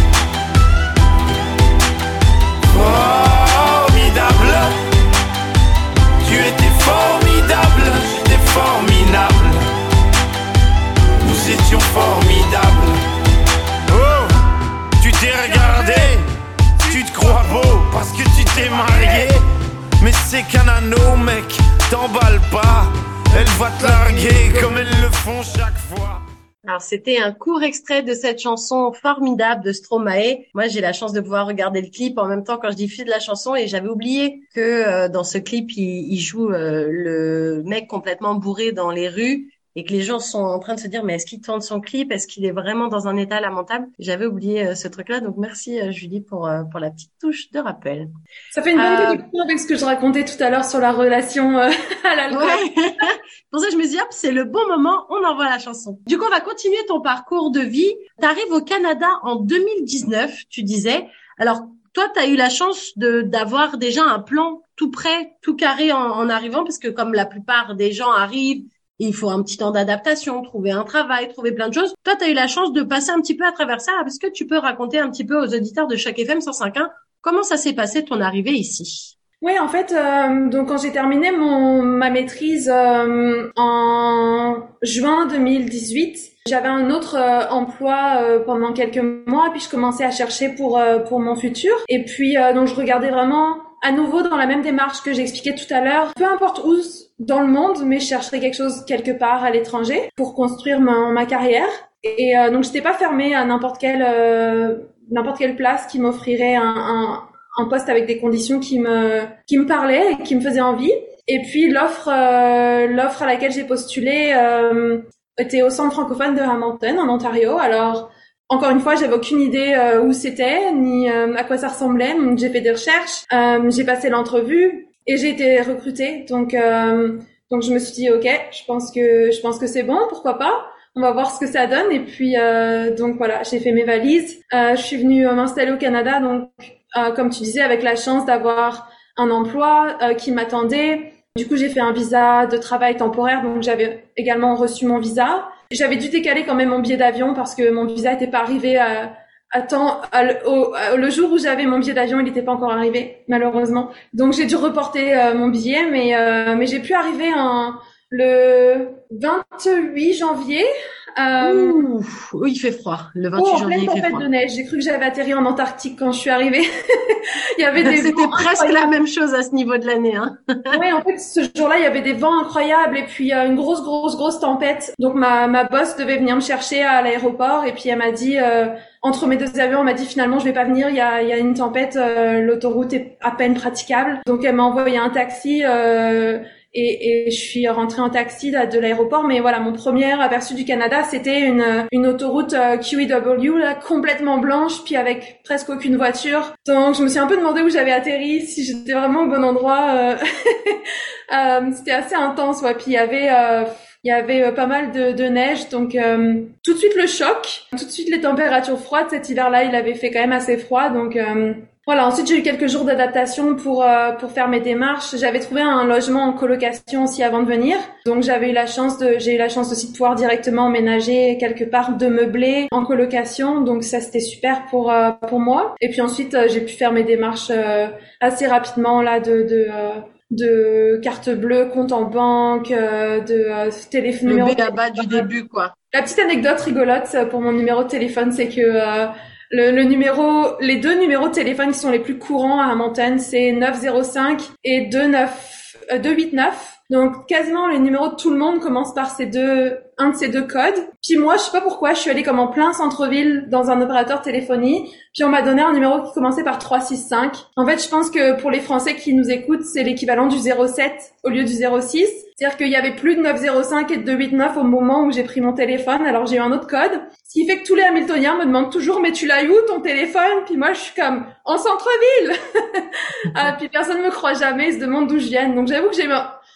Formidable. Tu étais formidable, j'étais formidable. Nous étions formidables. Oh, tu t'es regardé, tu te crois beau parce que tu t'es marié. Mais c'est qu'un anneau, mec, t'emballe pas. Elle va te larguer comme elles le font chaque fois. Alors, c'était un court extrait de cette chanson formidable de Stromae. Moi, j'ai la chance de pouvoir regarder le clip en même temps quand je diffuse la chanson et j'avais oublié que dans ce clip, il joue le mec complètement bourré dans les rues et que les gens sont en train de se dire mais est-ce qu'il tourne son clip, est-ce qu'il est vraiment dans un état lamentable. J'avais oublié ce truc-là, donc merci Julie pour la petite touche de rappel. Ça fait une bonne connexion avec ce que je racontais tout à l'heure sur la relation à l'alcool. Ouais. Pour ça je me suis dit hop, c'est le bon moment, on envoie la chanson. Du coup on va continuer ton parcours de vie. T'arrives au Canada en 2019, tu disais. Alors toi, tu as eu la chance d'avoir déjà un plan tout prêt, tout carré en arrivant, parce que comme la plupart des gens arrivent, il faut un petit temps d'adaptation, trouver un travail, trouver plein de choses. Toi, tu as eu la chance de passer un petit peu à travers ça. Est-ce que tu peux raconter un petit peu aux auditeurs de Choc FM 105.1 comment ça s'est passé ton arrivée ici? Oui, en fait, donc quand j'ai terminé ma maîtrise en juin 2018, j'avais un autre emploi pendant quelques mois, puis je commençais à chercher pour mon futur. Et puis donc je regardais vraiment à nouveau dans la même démarche que j'expliquais tout à l'heure, peu importe où dans le monde, mais je chercherais quelque chose quelque part à l'étranger pour construire ma carrière. Et donc j'étais pas fermée à n'importe quelle place qui m'offrirait un poste avec des conditions qui me parlaient et qui me faisaient envie. Et puis l'offre à laquelle j'ai postulé était au centre francophone de Hamilton en Ontario. Alors encore une fois, j'avais aucune idée où c'était ni à quoi ça ressemblait. Donc j'ai fait des recherches, j'ai passé l'entrevue et j'ai été recrutée. Donc je me suis dit OK, je pense que c'est bon, pourquoi pas. On va voir ce que ça donne. Et puis donc voilà, j'ai fait mes valises. Je suis venue m'installer au Canada. Donc comme tu disais, avec la chance d'avoir un emploi qui m'attendait. Du coup, j'ai fait un visa de travail temporaire, donc j'avais également reçu mon visa. J'avais dû décaler quand même mon billet d'avion parce que mon visa n'était pas arrivé à temps. Le jour où j'avais mon billet d'avion, il n'était pas encore arrivé, malheureusement. Donc j'ai dû reporter mon billet, mais j'ai pu arriver le 28 janvier. Oui, il fait froid. Le 28 janvier, il fait froid. De neige. J'ai cru que j'avais atterri en Antarctique quand je suis arrivée. Il y avait des C'était presque la même chose à ce niveau de l'année, hein. Oui, en fait, ce jour-là, il y avait des vents incroyables et puis une grosse tempête. Donc ma boss devait venir me chercher à l'aéroport et puis elle m'a dit entre mes deux avions, elle m'a dit finalement je vais pas venir, il y a une tempête, l'autoroute est à peine praticable. Donc elle m'a envoyé un taxi et je suis rentrée en taxi de l'aéroport. Mais voilà, mon premier aperçu du Canada, c'était une autoroute QEW là, complètement blanche, puis avec presque aucune voiture. Donc je me suis un peu demandé où j'avais atterri, si j'étais vraiment au bon endroit. C'était assez intense, ouais. Puis il y avait pas mal de neige, donc tout de suite le choc, tout de suite les températures froides. Cet hiver-là, il avait fait quand même assez froid, donc voilà. Ensuite, j'ai eu quelques jours d'adaptation pour faire mes démarches. J'avais trouvé un logement en colocation aussi avant de venir, donc j'ai eu la chance aussi de pouvoir directement emménager quelque part, de meubler en colocation, donc ça c'était super pour moi. Et puis ensuite, j'ai pu faire mes démarches assez rapidement là de carte bleue, compte en banque, de téléphone numéro. Le b.a.-ba du début, quoi. La petite anecdote rigolote pour mon numéro de téléphone, c'est que les deux numéros de téléphone qui sont les plus courants à Hamilton, c'est 905 et 289. Donc quasiment les numéros de tout le monde commencent par un de ces deux codes. Puis moi, je sais pas pourquoi, je suis allée comme en plein centre-ville dans un opérateur téléphonie, puis on m'a donné un numéro qui commençait par 365. En fait, je pense que pour les Français qui nous écoutent, c'est l'équivalent du 07 au lieu du 06. C'est-à-dire qu'il y avait plus de 905 et de 289 au moment où j'ai pris mon téléphone, alors j'ai eu un autre code. Ce qui fait que tous les Hamiltoniens me demandent toujours, mais tu l'as eu où ton téléphone? Puis moi, je suis comme, en centre-ville! Puis personne me croit jamais, ils se demandent d'où je viens. Donc j'avoue que j'ai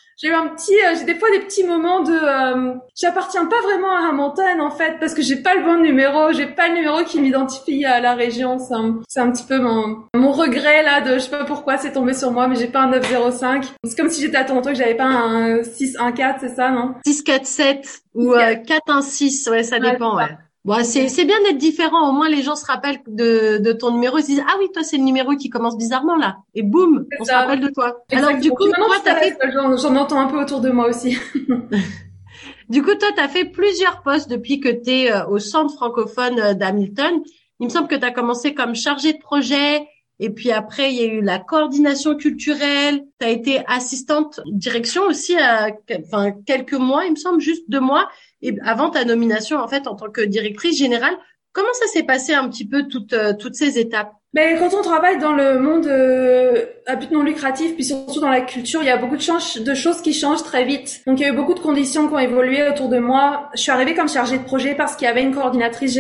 des fois des petits moments j'appartiens pas vraiment à Hamilton en fait, parce que j'ai pas le bon numéro, j'ai pas le numéro qui m'identifie à la région. C'est un petit peu mon regret là je sais pas pourquoi c'est tombé sur moi, mais j'ai pas un 905. C'est comme si j'étais à Toronto que j'avais pas un 614, c'est ça, non? 647 ou 416, ouais, ça dépend, ouais. Bon, c'est bien d'être différent. Au moins, les gens se rappellent de ton numéro. Ils se disent, ah oui, toi, c'est le numéro qui commence bizarrement, là. Et boum, on se rappelle de toi. Exactement. Alors, du coup, j'en entends un peu autour de moi aussi. Du coup, toi, t'as fait plusieurs postes depuis que t'es au centre francophone d'Hamilton. Il me semble que t'as commencé comme chargée de projet. Et puis après, il y a eu la coordination culturelle. T'as été assistante direction aussi quelques mois, il me semble, juste 2 mois. Et avant ta nomination, en fait, en tant que directrice générale. Comment ça s'est passé un petit peu toutes ces étapes? Ben, quand on travaille dans le monde à but non lucratif, puis surtout dans la culture, il y a beaucoup de choses qui changent très vite. Donc il y a eu beaucoup de conditions qui ont évolué autour de moi. Je suis arrivée comme chargée de projet parce qu'il y avait une coordinatrice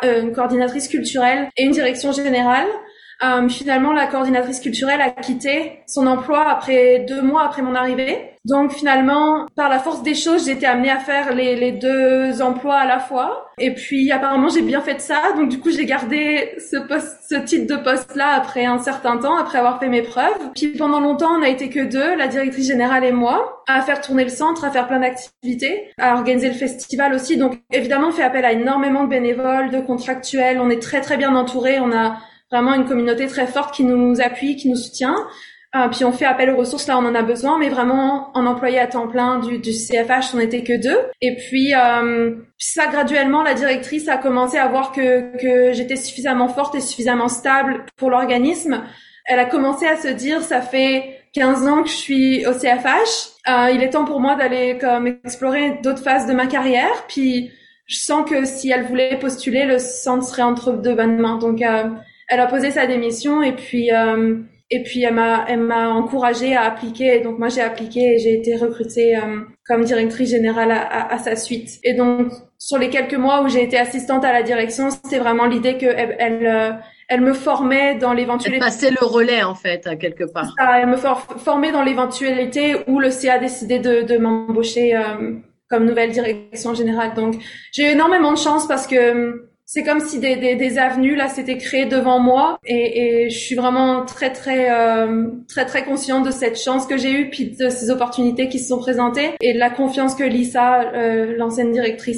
culturelle et une direction générale. Finalement, la coordinatrice culturelle a quitté son emploi après 2 mois après mon arrivée. Donc finalement, par la force des choses, j'ai été amenée à faire les 2 emplois à la fois. Et puis apparemment, j'ai bien fait ça. Donc du coup, j'ai gardé ce titre de poste-là après un certain temps, après avoir fait mes preuves. Puis pendant longtemps, on n'a été que 2, la directrice générale et moi, à faire tourner le centre, à faire plein d'activités, à organiser le festival aussi. Donc évidemment, on fait appel à énormément de bénévoles, de contractuels. On est très très bien entourés. On a vraiment une communauté très forte qui nous appuie, qui nous soutient. Puis on fait appel aux ressources, là on en a besoin, mais vraiment en employé à temps plein du CFH, on n'était que 2. Et puis ça, graduellement, la directrice a commencé à voir que j'étais suffisamment forte et suffisamment stable pour l'organisme. Elle a commencé à se dire, ça fait 15 ans que je suis au CFH, il est temps pour moi d'aller comme explorer d'autres phases de ma carrière. Puis je sens que si elle voulait postuler, le centre serait entre de bonnes mains. Donc elle a posé sa démission et puis elle m'a encouragée à appliquer. Et donc moi j'ai appliqué et j'ai été recrutée comme directrice générale à sa suite. Et donc sur les quelques mois où j'ai été assistante à la direction, c'était vraiment l'idée que elle me formait dans l'éventualité. Elle passait le relais en fait quelque part. Elle me formait dans l'éventualité où le CA décidait de m'embaucher comme nouvelle direction générale. Donc j'ai eu énormément de chance parce que c'est comme si des avenues là s'étaient créées devant moi et je suis vraiment très consciente de cette chance que j'ai eue puis de ces opportunités qui se sont présentées et de la confiance que Lisa, l'ancienne directrice,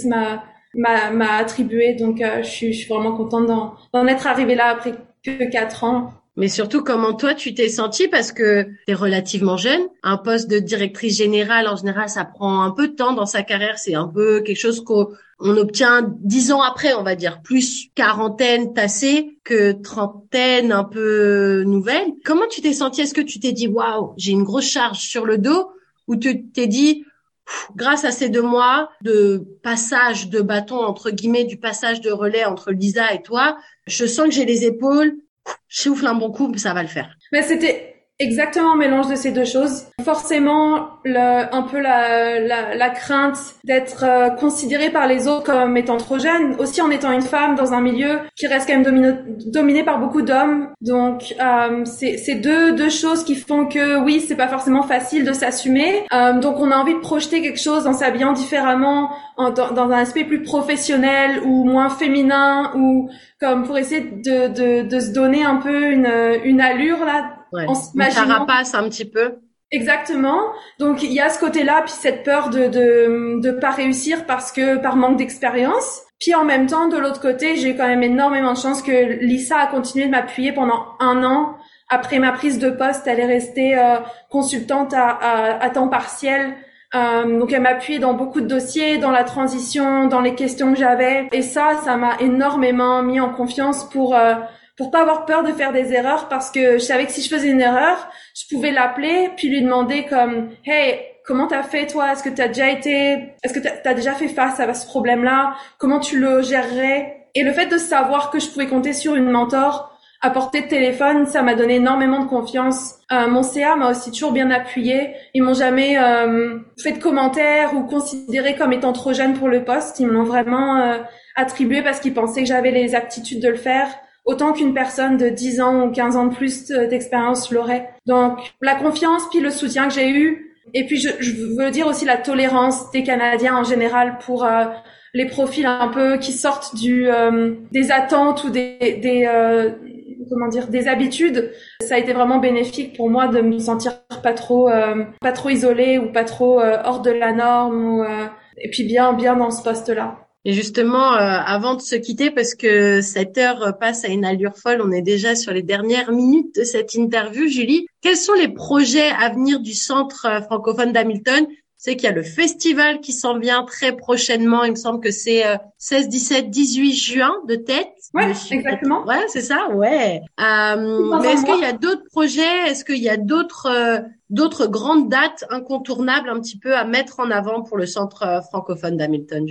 m'a attribuée. Donc je suis vraiment contente d'en être arrivée là après que 4 ans. Mais surtout, comment toi, tu t'es sentie parce que t'es relativement jeune. Un poste de directrice générale, en général, ça prend un peu de temps dans sa carrière. C'est un peu quelque chose qu'on obtient 10 ans après, on va dire. Plus quarantaine tassée que trentaine un peu nouvelle. Comment tu t'es sentie? Est-ce que tu t'es dit, waouh, j'ai une grosse charge sur le dos? Ou tu t'es dit, grâce à ces 2 mois de passage de bâton, entre guillemets, du passage de relais entre Lisa et toi, je sens que j'ai les épaules, je souffle un bon coup, ça va le faire. Mais c'était exactement un mélange de ces 2 choses. Forcément, un peu la crainte d'être considérée par les autres comme étant trop jeune. Aussi en étant une femme dans un milieu qui reste quand même dominé par beaucoup d'hommes. Donc, c'est deux choses qui font que oui, c'est pas forcément facile de s'assumer. Donc, on a envie de projeter quelque chose en s'habillant différemment, dans un aspect plus professionnel ou moins féminin ou comme pour essayer de se donner un peu une allure là. Ouais. Une carapace un petit peu. Exactement. Donc il y a ce côté-là, puis cette peur de pas réussir par manque d'expérience. Puis en même temps, de l'autre côté, j'ai eu quand même énormément de chance que Lisa a continué de m'appuyer pendant 1 an. Après ma prise de poste, elle est restée consultante à temps partiel. Donc elle m'a appuyé dans beaucoup de dossiers, dans la transition, dans les questions que j'avais. Et ça m'a énormément mis en confiance pour pas avoir peur de faire des erreurs parce que je savais que si je faisais une erreur, je pouvais l'appeler puis lui demander comme « Hey, comment t'as fait toi? Est-ce que t'as déjà fait face à ce problème-là? Comment tu le gérerais? » Et le fait de savoir que je pouvais compter sur une mentor à portée de téléphone, ça m'a donné énormément de confiance. Mon CA m'a aussi toujours bien appuyée. Ils m'ont jamais fait de commentaires ou considéré comme étant trop jeune pour le poste. Ils me l'ont vraiment attribué parce qu'ils pensaient que j'avais les aptitudes de le faire. Autant qu'une personne de 10 ans ou 15 ans de plus d'expérience l'aurait. Donc, la confiance puis le soutien que j'ai eu. Et puis, je veux dire aussi la tolérance des Canadiens en général pour les profils un peu qui sortent des attentes ou des habitudes. Ça a été vraiment bénéfique pour moi de me sentir pas trop isolée ou pas trop hors de la norme et puis bien dans ce poste-là. Et justement, avant de se quitter, parce que cette heure passe à une allure folle, on est déjà sur les dernières minutes de cette interview, Julie. Quels sont les projets à venir du Centre francophone d'Hamilton? C'est qu'il y a le festival qui s'en vient très prochainement. Il me semble que c'est 16, 17, 18 juin de tête. Ouais, exactement. Ouais, c'est ça, ouais. Mais est-ce qu'il y a d'autres projets? Est-ce qu'il y a d'autres grandes dates incontournables un petit peu à mettre en avant pour le Centre francophone d'Hamilton, Julie?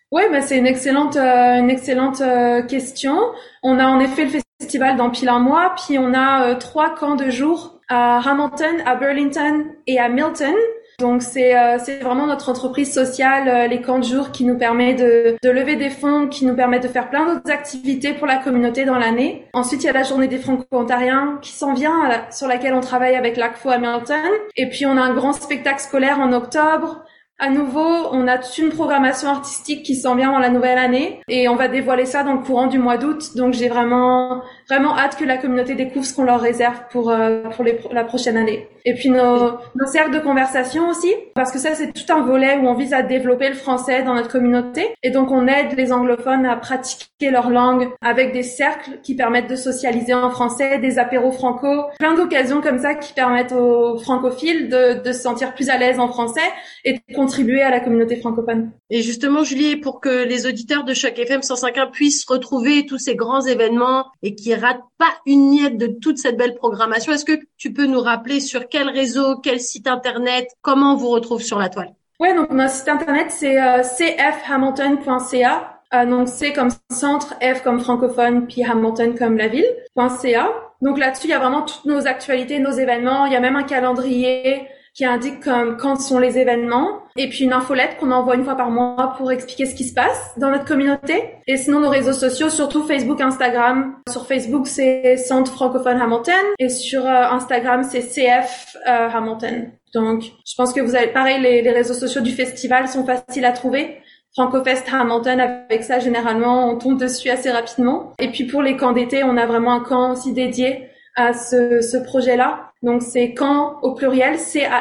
Oui, bah c'est une excellente question. On a en effet le festival dans pile un mois, puis on a 3 camps de jour à Hamilton, à Burlington et à Milton. Donc c'est vraiment notre entreprise sociale, les camps de jour, qui nous permet de lever des fonds, qui nous permet de faire plein d'autres activités pour la communauté dans l'année. Ensuite, il y a la journée des Franco-Ontariens qui s'en vient, sur laquelle on travaille avec l'ACFO à Milton. Et puis on a un grand spectacle scolaire en octobre. À nouveau, on a toute une programmation artistique qui s'en vient dans la nouvelle année et on va dévoiler ça dans le courant du mois d'août. Donc j'ai vraiment hâte que la communauté découvre ce qu'on leur réserve pour la prochaine année. Et puis nos cercles de conversation aussi, parce que ça c'est tout un volet où on vise à développer le français dans notre communauté et donc on aide les anglophones à pratiquer leur langue avec des cercles qui permettent de socialiser en français, des apéros franco, plein d'occasions comme ça qui permettent aux francophiles de se sentir plus à l'aise en français et de contribuer à la communauté francophone. Et justement, Julie, pour que les auditeurs de Choc FM 105.1 puissent retrouver tous ces grands événements et qui ratent pas une miette de toute cette belle programmation, est-ce que tu peux nous rappeler sur quel réseau, quel site internet, comment on vous retrouve sur la toile? Ouais, donc notre site internet c'est cfhamilton.ca. Donc C comme centre, F comme francophone, puis Hamilton comme la ville, .ca. Donc là-dessus, il y a vraiment toutes nos actualités, nos événements. Il y a même un calendrier qui indique quand sont les événements, et puis une infolette qu'on envoie une fois par mois pour expliquer ce qui se passe dans notre communauté. Et sinon, nos réseaux sociaux, surtout Facebook, Instagram. Sur Facebook, c'est Centre francophone Hamilton, et sur Instagram, c'est CF Hamilton. Donc, je pense que vous avez, pareil, les réseaux sociaux du festival sont faciles à trouver. FrancoFest Hamilton, avec ça, généralement, on tombe dessus assez rapidement. Et puis pour les camps d'été, on a vraiment un camp aussi dédié à ce projet-là. Donc c'est camp au pluriel,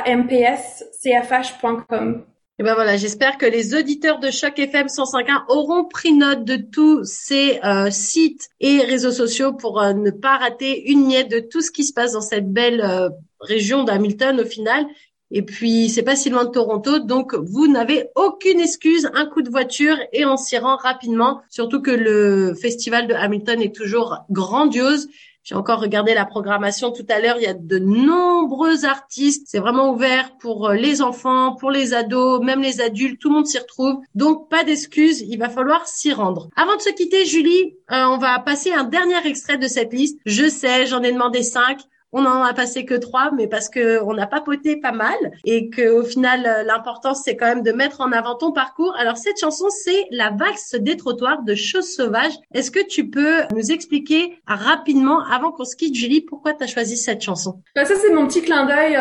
campscfh.com. Et ben voilà, j'espère que les auditeurs de Choc FM 105.1 auront pris note de tous ces sites et réseaux sociaux pour ne pas rater une miette de tout ce qui se passe dans cette belle région d'Hamilton au final. Et puis, c'est pas si loin de Toronto, donc vous n'avez aucune excuse, un coup de voiture et on s'y rend rapidement. Surtout que le festival de Hamilton est toujours grandiose. J'ai encore regardé la programmation tout à l'heure, il y a de nombreux artistes. C'est vraiment ouvert pour les enfants, pour les ados, même les adultes, tout le monde s'y retrouve. Donc, pas d'excuses, il va falloir s'y rendre. Avant de se quitter, Julie, on va passer un dernier extrait de cette liste. Je sais, j'en ai demandé 5. On n'en a passé que 3, mais parce que on a papoté pas mal et que au final l'important c'est quand même de mettre en avant ton parcours. Alors cette chanson c'est La valse des trottoirs de Chose Sauvage. Est-ce que tu peux nous expliquer rapidement avant qu'on se quitte, Julie, pourquoi tu as choisi cette chanson? Ça c'est mon petit clin d'œil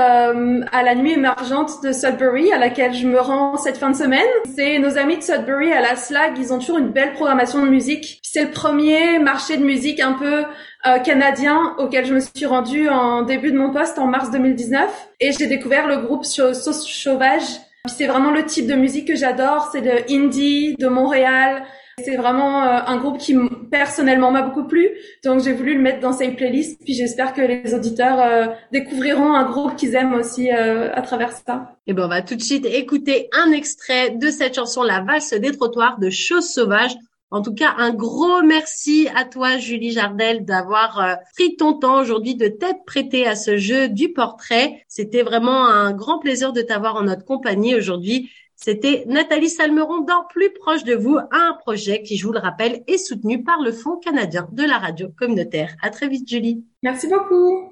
à la nuit émergente de Sudbury à laquelle je me rends cette fin de semaine. C'est nos amis de Sudbury à la SLAG, ils ont toujours une belle programmation de musique. C'est le premier marché de musique un peu canadien auquel je me suis rendue en début de mon poste en mars 2019 et j'ai découvert le groupe Sauce Sauvage. C'est vraiment le type de musique que j'adore, c'est de indie de Montréal. C'est vraiment un groupe qui personnellement m'a beaucoup plu, donc j'ai voulu le mettre dans ces playlists. Puis j'espère que les auditeurs découvriront un groupe qu'ils aiment aussi à travers ça. Et ben on va tout de suite écouter un extrait de cette chanson La valse des trottoirs de Chose Sauvage. En tout cas, un gros merci à toi, Julie Jardel, d'avoir pris ton temps aujourd'hui, de t'être prêtée à ce jeu du portrait. C'était vraiment un grand plaisir de t'avoir en notre compagnie aujourd'hui. C'était Nathalie Salmeron dans Plus proche de vous, un projet qui, je vous le rappelle, est soutenu par le Fonds canadien de la radio communautaire. À très vite, Julie. Merci beaucoup.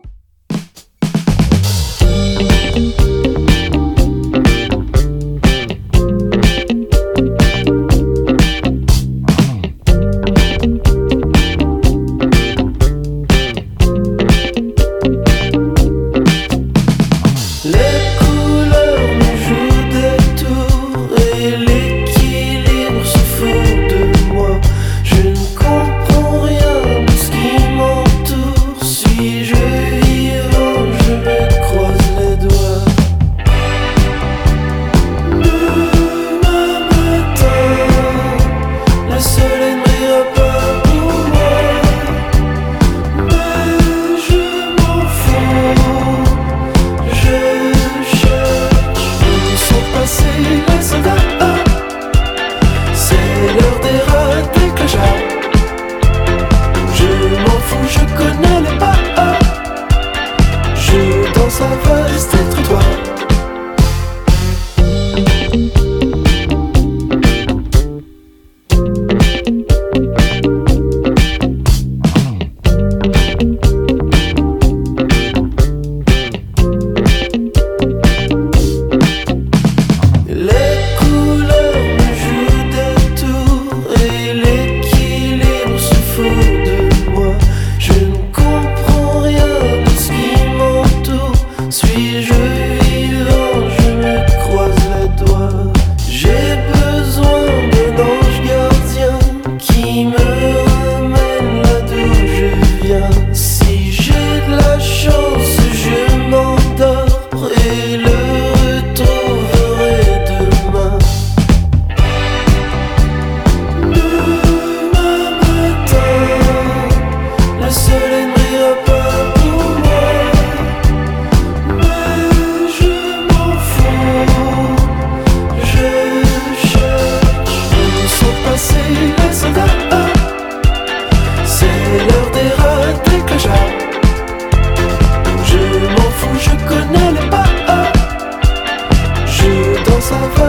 Je s'en va.